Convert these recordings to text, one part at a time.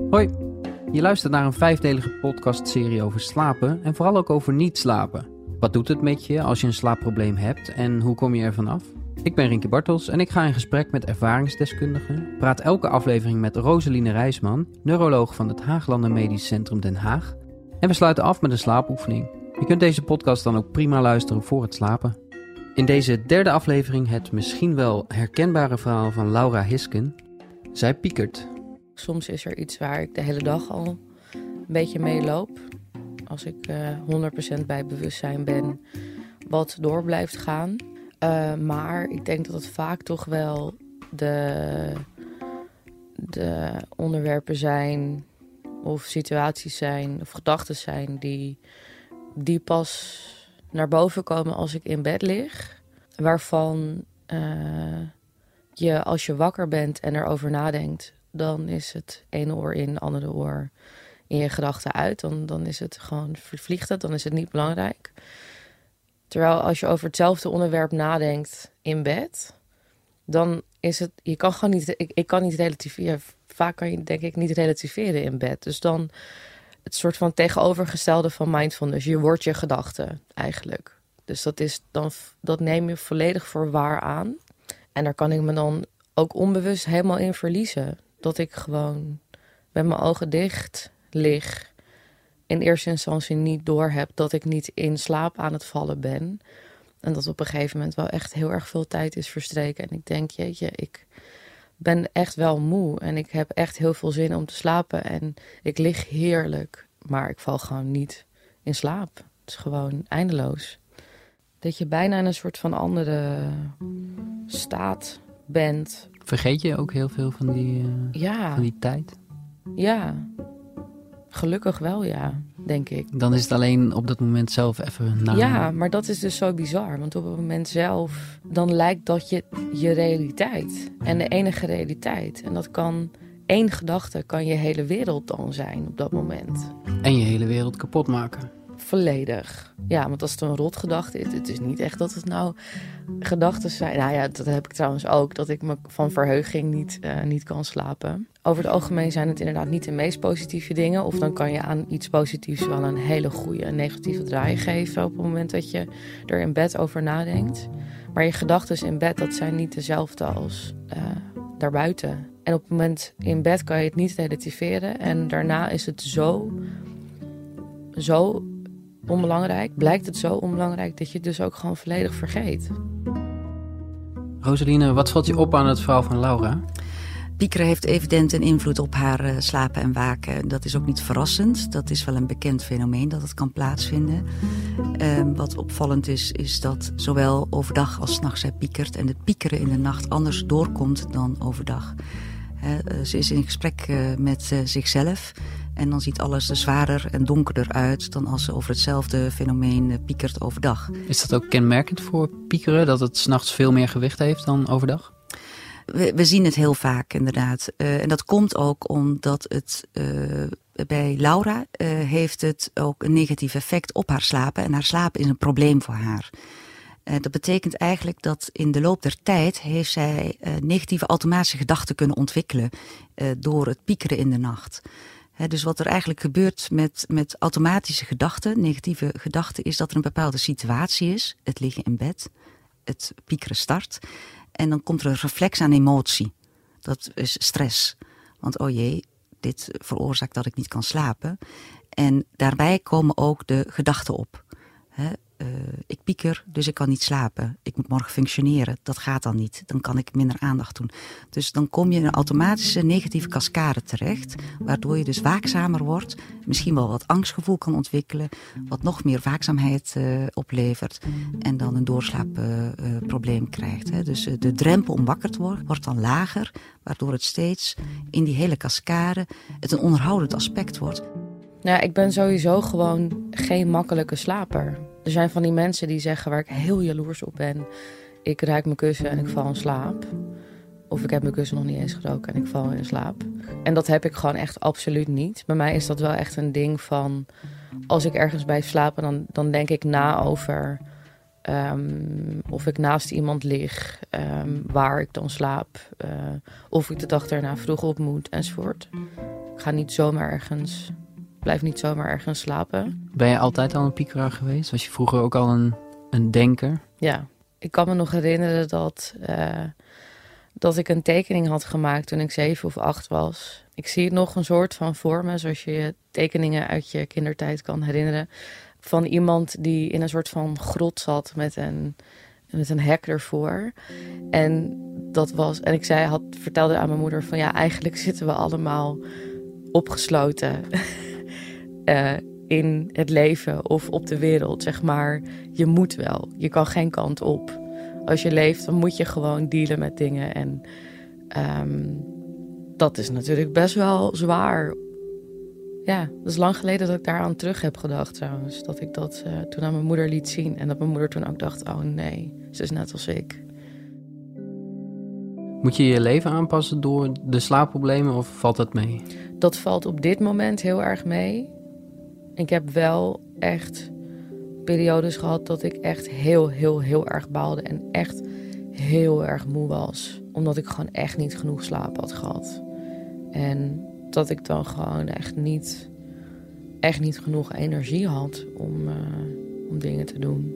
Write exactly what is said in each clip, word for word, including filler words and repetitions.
Hoi, je luistert naar een vijfdelige podcastserie over slapen en vooral ook over niet slapen. Wat doet het met je als je een slaapprobleem hebt en hoe kom je er vanaf? Ik ben Rinke Bartels en ik ga in gesprek met ervaringsdeskundigen, praat elke aflevering met Roseline Rijsman, neuroloog van het Haaglanden Medisch Centrum Den Haag. En we sluiten af met een slaapoefening. Je kunt deze podcast dan ook prima luisteren voor het slapen. In deze derde aflevering het misschien wel herkenbare verhaal van Laura Hisken. Zij piekert. Soms is er iets waar ik de hele dag al een beetje mee loop. Als ik uh, honderd procent bij bewustzijn ben wat door blijft gaan. Uh, maar ik denk dat het vaak toch wel de, de onderwerpen zijn of situaties zijn of gedachten zijn die, die pas naar boven komen als ik in bed lig. Waarvan uh, je als je wakker bent en erover nadenkt, dan is het ene oor in, andere oor in je gedachten uit. Dan, dan is het gewoon, vervliegt het, dan is het niet belangrijk. Terwijl als je over hetzelfde onderwerp nadenkt in bed, dan is het, je kan gewoon niet, ik, ik kan niet relativeren. Vaak kan je denk ik niet relativeren in bed. Dus dan het soort van tegenovergestelde van mindfulness. Je wordt je gedachten eigenlijk. Dus dat is dan, dat neem je volledig voor waar aan. En daar kan ik me dan ook onbewust helemaal in verliezen. Dat ik gewoon met mijn ogen dicht lig. In eerste instantie niet doorheb dat ik niet in slaap aan het vallen ben. En dat op een gegeven moment wel echt heel erg veel tijd is verstreken. En ik denk, jeetje, ik ben echt wel moe. En ik heb echt heel veel zin om te slapen. En ik lig heerlijk. Maar ik val gewoon niet in slaap. Het is gewoon eindeloos. Dat je bijna in een soort van andere staat bent. Vergeet je ook heel veel van die, uh, ja. van die tijd? Ja, gelukkig wel, ja, denk ik. Dan is het alleen op dat moment zelf even na. Ja, maar dat is dus zo bizar. Want op het moment zelf, dan lijkt dat je je realiteit. En de enige realiteit. En dat kan, één gedachte kan je hele wereld dan zijn op dat moment. En je hele wereld kapot maken. Volledig. Ja, want als het een rotgedachte is, het is niet echt dat het nou gedachten zijn. Nou ja, dat heb ik trouwens ook, dat ik me van verheuging niet, uh, niet kan slapen. Over het algemeen zijn het inderdaad niet de meest positieve dingen. Of dan kan je aan iets positiefs wel een hele goede negatieve draai geven op het moment dat je er in bed over nadenkt. Maar je gedachten in bed, dat zijn niet dezelfde als uh, daarbuiten. En op het moment in bed kan je het niet relativeren. En daarna is het zo, zo onbelangrijk, blijkt het zo onbelangrijk dat je het dus ook gewoon volledig vergeet. Roseline, wat valt je op aan het verhaal van Laura? Piekeren heeft evident een invloed op haar uh, slapen en waken. Dat is ook niet verrassend. Dat is wel een bekend fenomeen dat het kan plaatsvinden. Uh, wat opvallend is, is dat zowel overdag als 's nachts zij piekert. En het piekeren in de nacht anders doorkomt dan overdag. Uh, uh, ze is in gesprek uh, met uh, zichzelf. En dan ziet alles er zwaarder en donkerder uit dan als ze over hetzelfde fenomeen uh, piekert overdag. Is dat ook kenmerkend voor piekeren, dat het 's nachts veel meer gewicht heeft dan overdag? We, we zien het heel vaak inderdaad. Uh, en dat komt ook omdat het uh, bij Laura uh, heeft het ook een negatief effect op haar slapen. En haar slapen is een probleem voor haar. Uh, dat betekent eigenlijk dat in de loop der tijd heeft zij uh, negatieve automatische gedachten kunnen ontwikkelen uh, door het piekeren in de nacht. He, dus wat er eigenlijk gebeurt met, met automatische gedachten, negatieve gedachten, is dat er een bepaalde situatie is. Het liggen in bed, het piekeren start. En dan komt er een reflex aan emotie. Dat is stress. Want oh jee, dit veroorzaakt dat ik niet kan slapen. En daarbij komen ook de gedachten op. He, uh, ik pieker, dus ik kan niet slapen. Ik moet morgen functioneren, dat gaat dan niet. Dan kan ik minder aandacht doen. Dus dan kom je in een automatische negatieve cascade terecht. Waardoor je dus waakzamer wordt. Misschien wel wat angstgevoel kan ontwikkelen. Wat nog meer waakzaamheid uh, oplevert. En dan een doorslaapprobleem uh, uh, krijgt. Hè. Dus uh, de drempel om wakker te worden wordt dan lager. Waardoor het steeds in die hele cascade het een onderhoudend aspect wordt. Nou, ik ben sowieso gewoon geen makkelijke slaper. Er zijn van die mensen die zeggen waar ik heel jaloers op ben. Ik ruik mijn kussen en ik val in slaap. Of ik heb mijn kussen nog niet eens geroken en ik val in slaap. En dat heb ik gewoon echt absoluut niet. Bij mij is dat wel echt een ding van, als ik ergens bij slapen, dan, dan denk ik na over um, of ik naast iemand lig, um, waar ik dan slaap. Uh, of ik de dag daarna vroeg op moet enzovoort. Ik ga niet zomaar ergens, blijf niet zomaar ergens slapen. Ben je altijd al een piekeraar geweest? Was je vroeger ook al een, een denker? Ja, ik kan me nog herinneren dat, uh, dat ik een tekening had gemaakt toen ik zeven of acht was. Ik zie het nog een soort van voor me, zoals je je tekeningen uit je kindertijd kan herinneren. Van iemand die in een soort van grot zat met een, met een hek ervoor. En dat was, en ik zei, had, vertelde aan mijn moeder van ja, eigenlijk zitten we allemaal opgesloten uh, in het leven of op de wereld, zeg maar. Je moet wel, je kan geen kant op. Als je leeft, dan moet je gewoon dealen met dingen. En um, dat is natuurlijk best wel zwaar. Ja, dat is lang geleden dat ik daaraan terug heb gedacht trouwens. Dat ik dat uh, toen aan mijn moeder liet zien. En dat mijn moeder toen ook dacht, oh nee, ze is net als ik. Moet je je leven aanpassen door de slaapproblemen of valt dat mee? Dat valt op dit moment heel erg mee. Ik heb wel echt periodes gehad dat ik echt heel, heel, heel erg baalde. En echt heel erg moe was. Omdat ik gewoon echt niet genoeg slaap had gehad. En dat ik dan gewoon echt niet, echt niet genoeg energie had om, uh, om dingen te doen.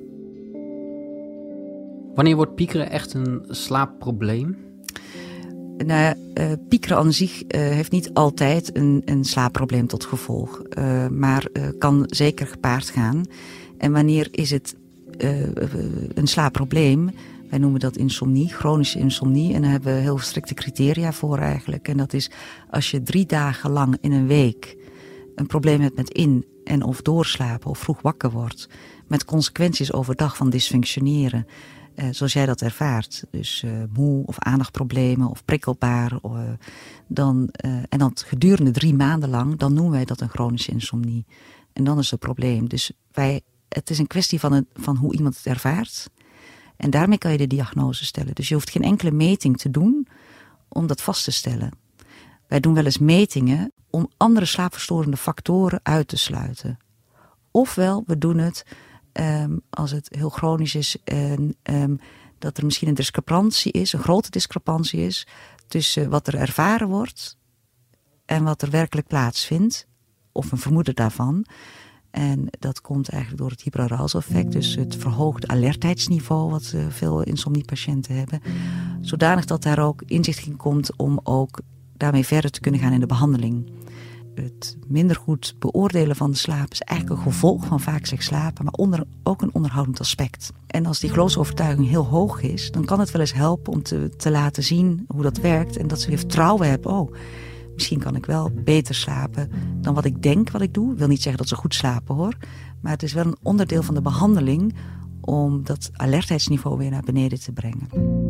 Wanneer wordt piekeren echt een slaapprobleem? Nou, uh, piekeren aan zich uh, heeft niet altijd een, een slaapprobleem tot gevolg. Uh, maar uh, kan zeker gepaard gaan. En wanneer is het uh, een slaapprobleem? Wij noemen dat insomnie, chronische insomnie. En daar hebben we heel strikte criteria voor eigenlijk. En dat is als je drie dagen lang in een week een probleem hebt met in- en of doorslapen of vroeg wakker wordt. Met consequenties overdag van dysfunctioneren. Uh, zoals jij dat ervaart. Dus uh, moe of aandachtproblemen of prikkelbaar. Uh, dan, uh, en dan gedurende drie maanden lang, dan noemen wij dat een chronische insomnie. En dan is het een probleem. Dus wij, het is een kwestie van, het, van hoe iemand het ervaart. En daarmee kan je de diagnose stellen. Dus je hoeft geen enkele meting te doen om dat vast te stellen. Wij doen wel eens metingen om andere slaapverstorende factoren uit te sluiten. Ofwel, we doen het um, als het heel chronisch is en um, dat er misschien een discrepantie is, een grote discrepantie is tussen wat er ervaren wordt en wat er werkelijk plaatsvindt, of een vermoeden daarvan. En dat komt eigenlijk door het hyperarousal effect, dus het verhoogde alertheidsniveau wat uh, veel insomniepatiënten hebben. Zodanig dat daar ook inzicht in komt om ook daarmee verder te kunnen gaan in de behandeling. Het minder goed beoordelen van de slaap is eigenlijk een gevolg van vaak slecht slapen, maar onder, ook een onderhoudend aspect. En als die geloofsovertuiging heel hoog is, dan kan het wel eens helpen om te, te laten zien hoe dat werkt en dat ze weer vertrouwen hebben. Oh, misschien kan ik wel beter slapen dan wat ik denk wat ik doe. Ik wil niet zeggen dat ze goed slapen hoor. Maar het is wel een onderdeel van de behandeling om dat alertheidsniveau weer naar beneden te brengen.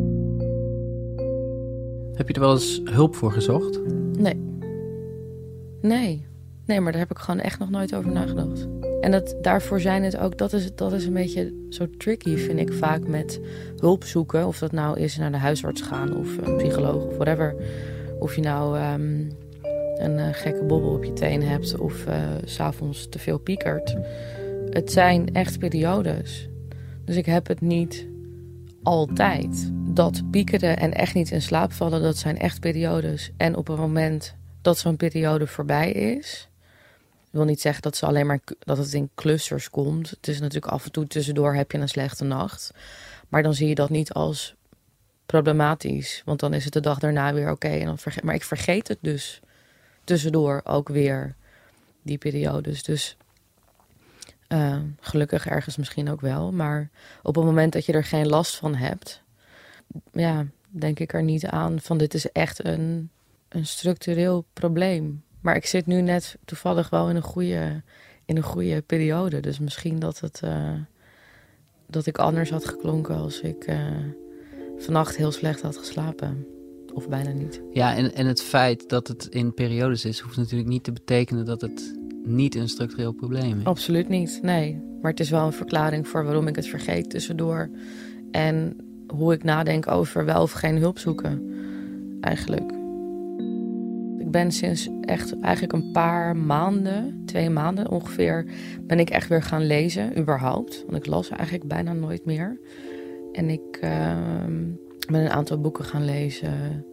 Heb je er wel eens hulp voor gezocht? Nee. Nee. Nee, maar daar heb ik gewoon echt nog nooit over nagedacht. En dat, daarvoor zijn het ook, dat is, dat is een beetje zo tricky vind ik vaak met hulp zoeken. Of dat nou is naar de huisarts gaan of een psycholoog of whatever. Of je nou um, een uh, gekke bobbel op je teen hebt of uh, 's avonds te veel piekert. Het zijn echt periodes. Dus ik heb het niet altijd. Dat piekeren en echt niet in slaap vallen, dat zijn echt periodes. En op het moment dat zo'n periode voorbij is, ik wil niet zeggen dat, ze alleen maar, dat het in clusters komt. Het is natuurlijk af en toe tussendoor heb je een slechte nacht. Maar dan zie je dat niet als problematisch. Want dan is het de dag daarna weer oké. Okay, verge- maar ik vergeet het dus tussendoor ook weer, die periodes. Dus uh, gelukkig ergens misschien ook wel. Maar op het moment dat je er geen last van hebt, ja, denk ik er niet aan van dit is echt een, een structureel probleem. Maar ik zit nu net toevallig wel in een goede, in een goede periode. Dus misschien dat, het, uh, dat ik anders had geklonken als ik uh, vannacht heel slecht had geslapen. Of bijna niet. Ja, en, en het feit dat het in periodes is, hoeft natuurlijk niet te betekenen dat het niet een structureel probleem is. Absoluut niet, nee. Maar het is wel een verklaring voor waarom ik het vergeet tussendoor. En hoe ik nadenk over wel of geen hulp zoeken, eigenlijk. Ik ben sinds echt eigenlijk een paar maanden, twee maanden ongeveer, ben ik echt weer gaan lezen, überhaupt. Want ik las eigenlijk bijna nooit meer. En ik uh, ben een aantal boeken gaan lezen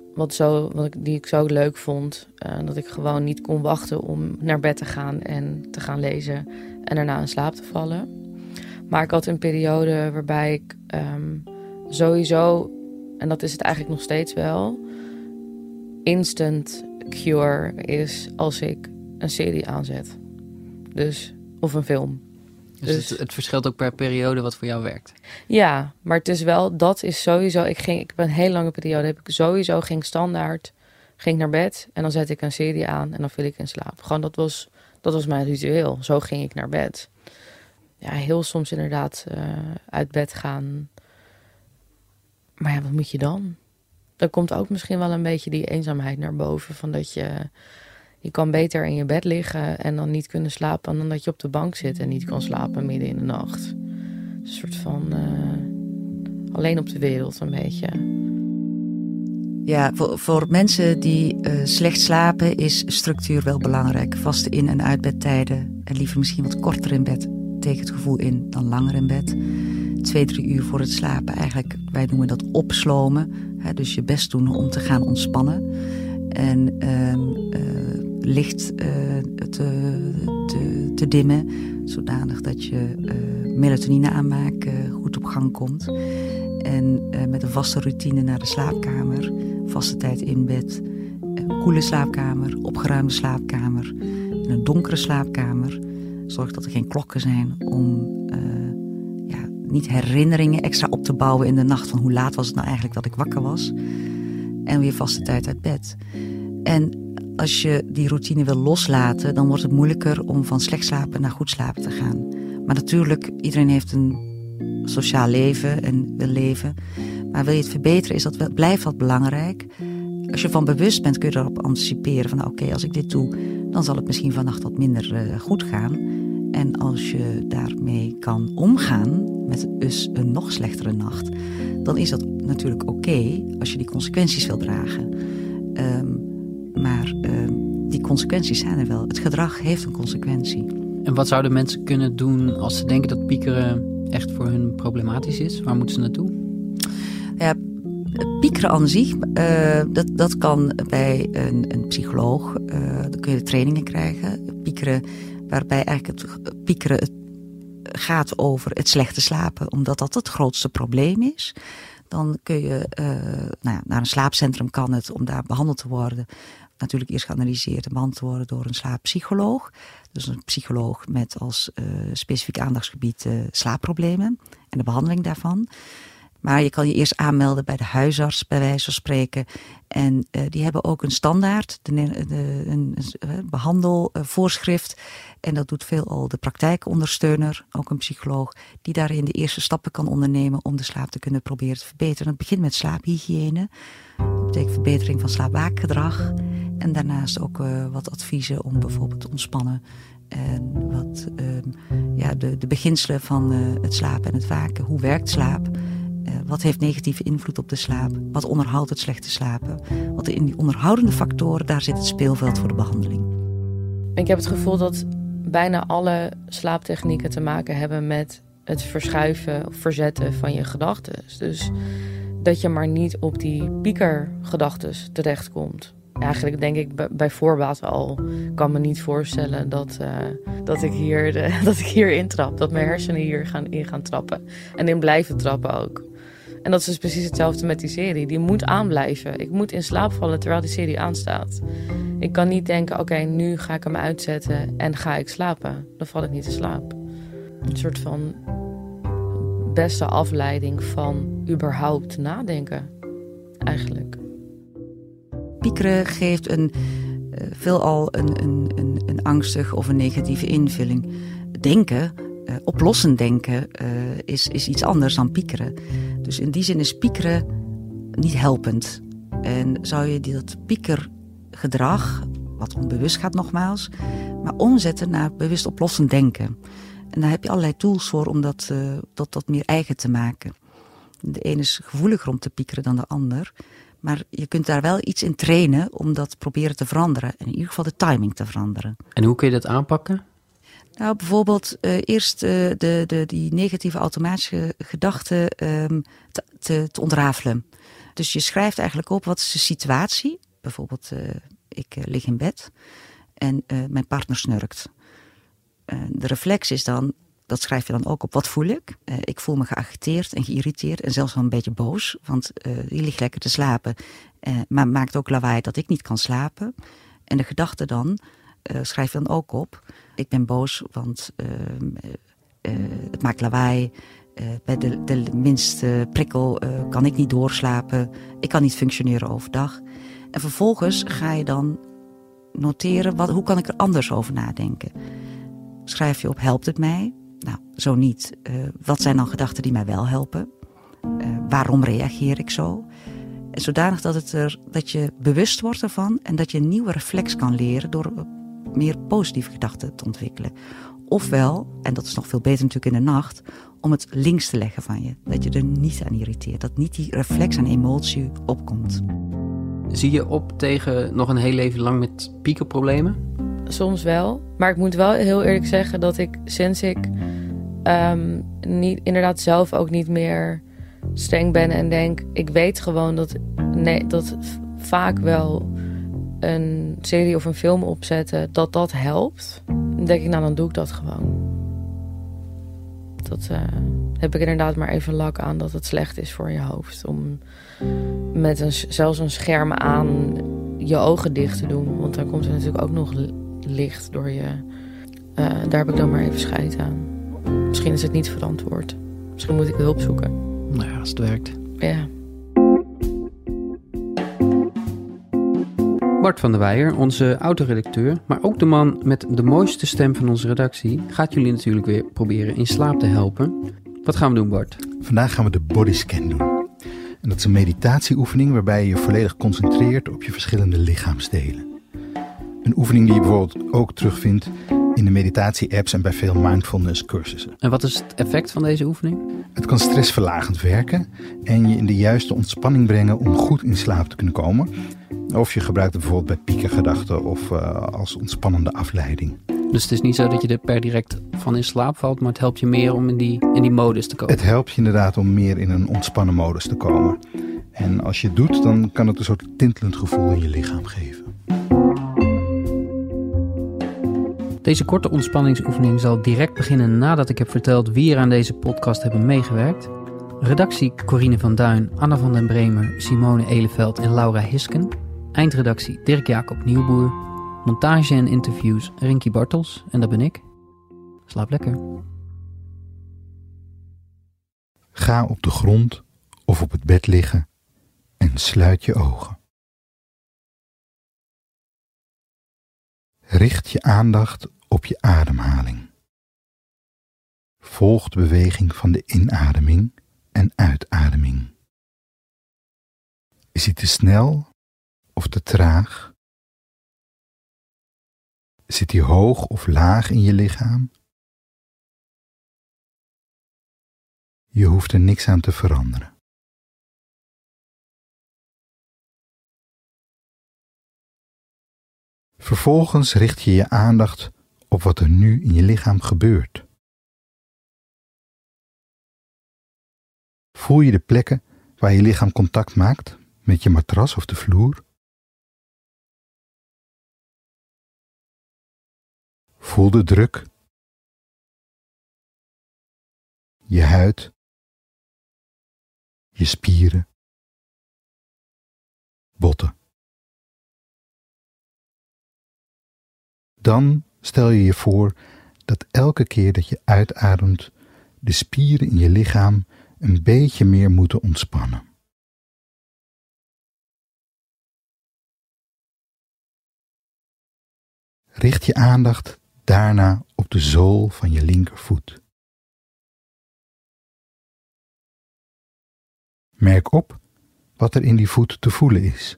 wat zo, wat ik, die ik zo leuk vond. Uh, dat ik gewoon niet kon wachten om naar bed te gaan en te gaan lezen en daarna in slaap te vallen. Maar ik had een periode waarbij ik um, sowieso, en dat is het eigenlijk nog steeds wel, instant cure is als ik een serie aanzet. Dus, of een film. Dus, dus het, het verschilt ook per periode wat voor jou werkt? Ja, maar het is wel, dat is sowieso, ik ging, ik heb een hele lange periode, heb ik sowieso, ging standaard, ging naar bed en dan zette ik een serie aan en dan viel ik in slaap. Gewoon, dat was, dat was mijn ritueel. Zo ging ik naar bed. Ja, heel soms inderdaad uh, uit bed gaan. Maar ja, wat moet je dan? Dan komt ook misschien wel een beetje die eenzaamheid naar boven. Van dat je, je kan beter in je bed liggen en dan niet kunnen slapen dan dat je op de bank zit en niet kan slapen midden in de nacht. Een soort van uh, alleen op de wereld een beetje. Ja, voor, voor mensen die uh, slecht slapen is structuur wel belangrijk. Vaste in- en uitbedtijden. En liever misschien wat korter in bed tegen het gevoel in dan langer in bed. Twee, drie uur voor het slapen. Eigenlijk, wij noemen dat opslomen. Hè, dus je best doen om te gaan ontspannen. En uh, uh, licht uh, te, te, te dimmen. Zodanig dat je uh, melatonine aanmaak uh, goed op gang komt. En uh, met een vaste routine naar de slaapkamer. Vaste tijd in bed. Een koele slaapkamer. Opgeruimde slaapkamer. En een donkere slaapkamer. Zorg dat er geen klokken zijn om uh, ja, niet herinneringen extra op te bouwen in de nacht. Van hoe laat was het nou eigenlijk dat ik wakker was. En weer vaste tijd uit bed. En als je die routine wil loslaten, dan wordt het moeilijker om van slecht slapen naar goed slapen te gaan. Maar natuurlijk, iedereen heeft een sociaal leven en wil leven. Maar wil je het verbeteren, is dat wel, blijft dat belangrijk. Als je van bewust bent, kun je erop anticiperen van nou, oké, okay, als ik dit doe, dan zal het misschien vannacht wat minder uh, goed gaan. En als je daarmee kan omgaan met dus een nog slechtere nacht, dan is dat natuurlijk oké okay als je die consequenties wil dragen. Um, maar um, die consequenties zijn er wel. Het gedrag heeft een consequentie. En wat zouden mensen kunnen doen als ze denken dat piekeren echt voor hun problematisch is? Waar moeten ze naartoe? Ja, piekeren aan zich, uh, dat, dat kan bij een, een psycholoog. Uh, dan kun je trainingen krijgen. Piekeren, waarbij eigenlijk het piekeren het gaat over het slechte slapen. Omdat dat het grootste probleem is. Dan kun je uh, nou ja, naar een slaapcentrum kan het om daar behandeld te worden. Natuurlijk eerst geanalyseerd en behandeld te worden door een slaappsycholoog. Dus een psycholoog met als uh, specifiek aandachtsgebied uh, slaapproblemen en de behandeling daarvan. Maar je kan je eerst aanmelden bij de huisarts, bij wijze van spreken. En uh, die hebben ook een standaard, de, de, een, een behandelvoorschrift. En dat doet veelal de praktijkondersteuner, ook een psycholoog, die daarin de eerste stappen kan ondernemen om de slaap te kunnen proberen te verbeteren. Het begint met slaaphygiëne. Dat betekent verbetering van slaap-waakgedrag. En daarnaast ook uh, wat adviezen om bijvoorbeeld te ontspannen. En wat uh, ja, de, de beginselen van uh, het slapen en het waken. Hoe werkt slaap? Uh, wat heeft negatieve invloed op de slaap? Wat onderhoudt het slechte slapen? Want in die onderhoudende factoren, daar zit het speelveld voor de behandeling. Ik heb het gevoel dat bijna alle slaaptechnieken te maken hebben met het verschuiven of verzetten van je gedachten. Dus dat je maar niet op die piekergedachten terechtkomt. Eigenlijk denk ik bij voorbaat al, kan me niet voorstellen dat, uh, dat, ik hier de, dat ik hier intrap. Dat mijn hersenen hier gaan, in gaan trappen. En in blijven trappen ook. En dat is dus precies hetzelfde met die serie. Die moet aanblijven. Ik moet in slaap vallen terwijl die serie aanstaat. Ik kan niet denken, oké, okay, nu ga ik hem uitzetten en ga ik slapen. Dan val ik niet in slaap. Een soort van beste afleiding van überhaupt nadenken. Eigenlijk. Piekeren geeft een, uh, veelal een, een, een, een angstig of een negatieve invulling. Denken, uh, oplossend denken, uh, is, is iets anders dan piekeren. Dus in die zin is piekeren niet helpend. En zou je dat piekergedrag, wat onbewust gaat nogmaals, maar omzetten naar bewust oplossend denken. En daar heb je allerlei tools voor om dat, uh, dat, dat meer eigen te maken. De ene is gevoeliger om te piekeren dan de ander. Maar je kunt daar wel iets in trainen om dat proberen te veranderen. En in ieder geval de timing te veranderen. En hoe kun je dat aanpakken? Nou, bijvoorbeeld uh, eerst uh, de, de, die negatieve automatische gedachten um, te, te, te ontrafelen. dus je schrijft eigenlijk op wat is de situatie. Bijvoorbeeld, uh, ik uh, lig in bed en uh, mijn partner snurkt. Uh, de reflex is dan, dat schrijf je dan ook op, wat voel ik? Uh, ik voel me geagiteerd en geïrriteerd en zelfs wel een beetje boos. Want uh, je ligt lekker te slapen, uh, maar maakt ook lawaai dat ik niet kan slapen. En de gedachte dan, uh, schrijf je dan ook op. Ik ben boos, want uh, uh, het maakt lawaai. Uh, bij de, de minste prikkel uh, kan ik niet doorslapen. Ik kan niet functioneren overdag. En vervolgens ga je dan noteren, wat, hoe kan ik er anders over nadenken? Schrijf je op, helpt het mij? Nou, zo niet. Uh, wat zijn dan gedachten die mij wel helpen? Uh, waarom reageer ik zo? En zodanig dat, het er, dat je bewust wordt ervan en dat je een nieuwe reflex kan leren door meer positieve gedachten te ontwikkelen. Ofwel, en dat is nog veel beter natuurlijk in de nacht, om het links te leggen van je. Dat je er niet aan irriteert. Dat niet die reflex aan emotie opkomt. Zie je op tegen nog een heel leven lang met piekenproblemen? Soms wel. Maar ik moet wel heel eerlijk zeggen dat ik sinds ik um, niet, inderdaad zelf ook niet meer streng ben en denk, ik weet gewoon dat, nee, dat vaak wel een serie of een film opzetten, dat dat helpt. Dan denk ik, nou dan doe ik dat gewoon. Dat uh, heb ik inderdaad maar even lak aan dat het slecht is voor je hoofd. Om met een, zelfs een scherm aan je ogen dicht te doen. Want dan komt er natuurlijk ook nog licht door je. Uh, daar heb ik dan maar even scheid aan. Misschien is het niet verantwoord. Misschien moet ik hulp zoeken. Nou ja, als het werkt. Ja. Bart van der Weijer, onze autoredacteur, maar ook de man met de mooiste stem van onze redactie, gaat jullie natuurlijk weer proberen in slaap te helpen. Wat gaan we doen, Bart? Vandaag gaan we de bodyscan doen. En dat is een meditatieoefening waarbij je je volledig concentreert op je verschillende lichaamsdelen. Een oefening die je bijvoorbeeld ook terugvindt in de meditatie-apps en bij veel mindfulness cursussen. En wat is het effect van deze oefening? Het kan stressverlagend werken en je in de juiste ontspanning brengen om goed in slaap te kunnen komen. Of je gebruikt het bijvoorbeeld bij piekengedachten of uh, als ontspannende afleiding. Dus het is niet zo dat je er per direct van in slaap valt, maar het helpt je meer om in die, in die modus te komen? Het helpt je inderdaad om meer in een ontspannen modus te komen. En als je het doet, dan kan het een soort tintelend gevoel in je lichaam geven. Deze korte ontspanningsoefening zal direct beginnen nadat ik heb verteld wie er aan deze podcast hebben meegewerkt. Redactie Corine van Duin, Anna van den Bremer, Simone Eleveld en Laura Hisken. Eindredactie Dirk Jacob Nieuwboer. Montage en interviews Rinky Bartels. En dat ben ik. Slaap lekker. Ga op de grond of op het bed liggen en sluit je ogen. Richt je aandacht op je ademhaling. Volg de beweging van de inademing en uitademing. Is die te snel of te traag? Zit die hoog of laag in je lichaam? Je hoeft er niks aan te veranderen. Vervolgens richt je je aandacht op wat er nu in je lichaam gebeurt. Voel je de plekken waar je lichaam contact maakt met je matras of de vloer? Voel de druk, je huid, je spieren, botten. Dan stel je je voor dat elke keer dat je uitademt, de spieren in je lichaam een beetje meer moeten ontspannen. Richt je aandacht daarna op de zool van je linkervoet. Merk op wat er in die voet te voelen is.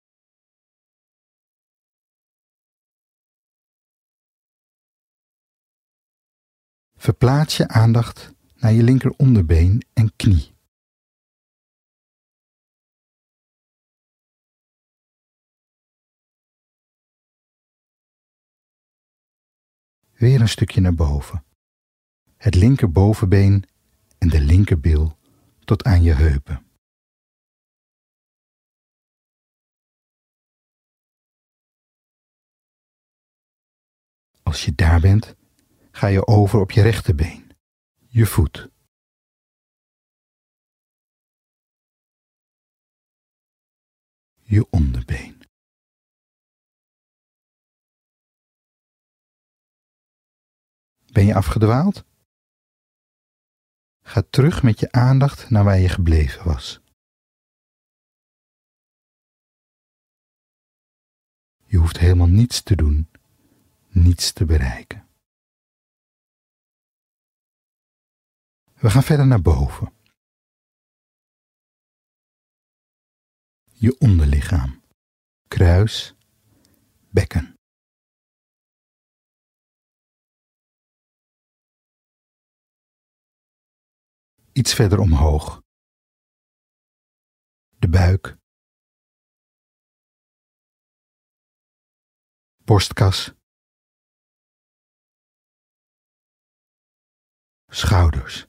Verplaats je aandacht naar je linker onderbeen en knie. Weer een stukje naar boven. Het linkerbovenbeen en de linkerbil tot aan je heupen. Als je daar bent, ga je over op je rechterbeen, je voet. Je onderbeen. Ben je afgedwaald? Ga terug met je aandacht naar waar je gebleven was. Je hoeft helemaal niets te doen, niets te bereiken. We gaan verder naar boven. Je onderlichaam, kruis, bekken. Iets verder omhoog. De buik. Borstkas. Schouders.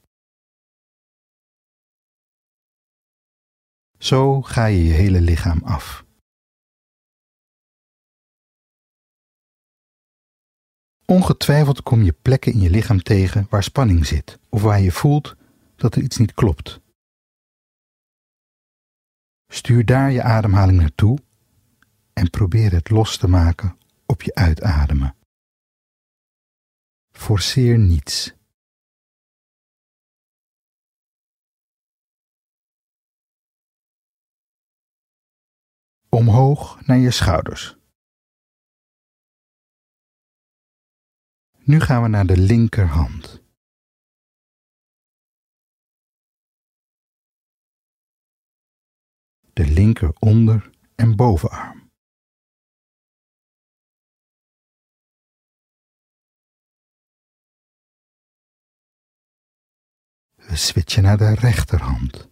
Zo ga je je hele lichaam af. Ongetwijfeld kom je plekken in je lichaam tegen waar spanning zit of waar je voelt dat er iets niet klopt. Stuur daar je ademhaling naartoe en probeer het los te maken op je uitademen. Forceer niets. Omhoog naar je schouders. Nu gaan we naar de linkerhand. De linker onder- en bovenarm. We switchen naar de rechterhand.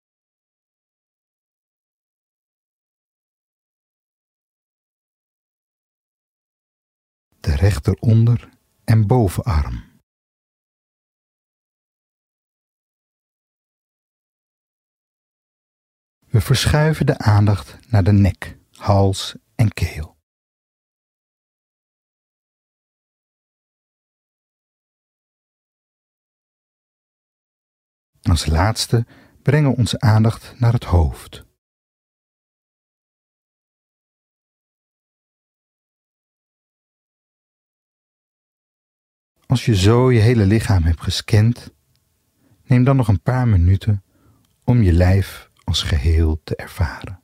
De rechter onder- en bovenarm. We verschuiven de aandacht naar de nek, hals en keel. Als laatste brengen we onze aandacht naar het hoofd. Als je zo je hele lichaam hebt gescand, neem dan nog een paar minuten om je lijf als geheel te ervaren.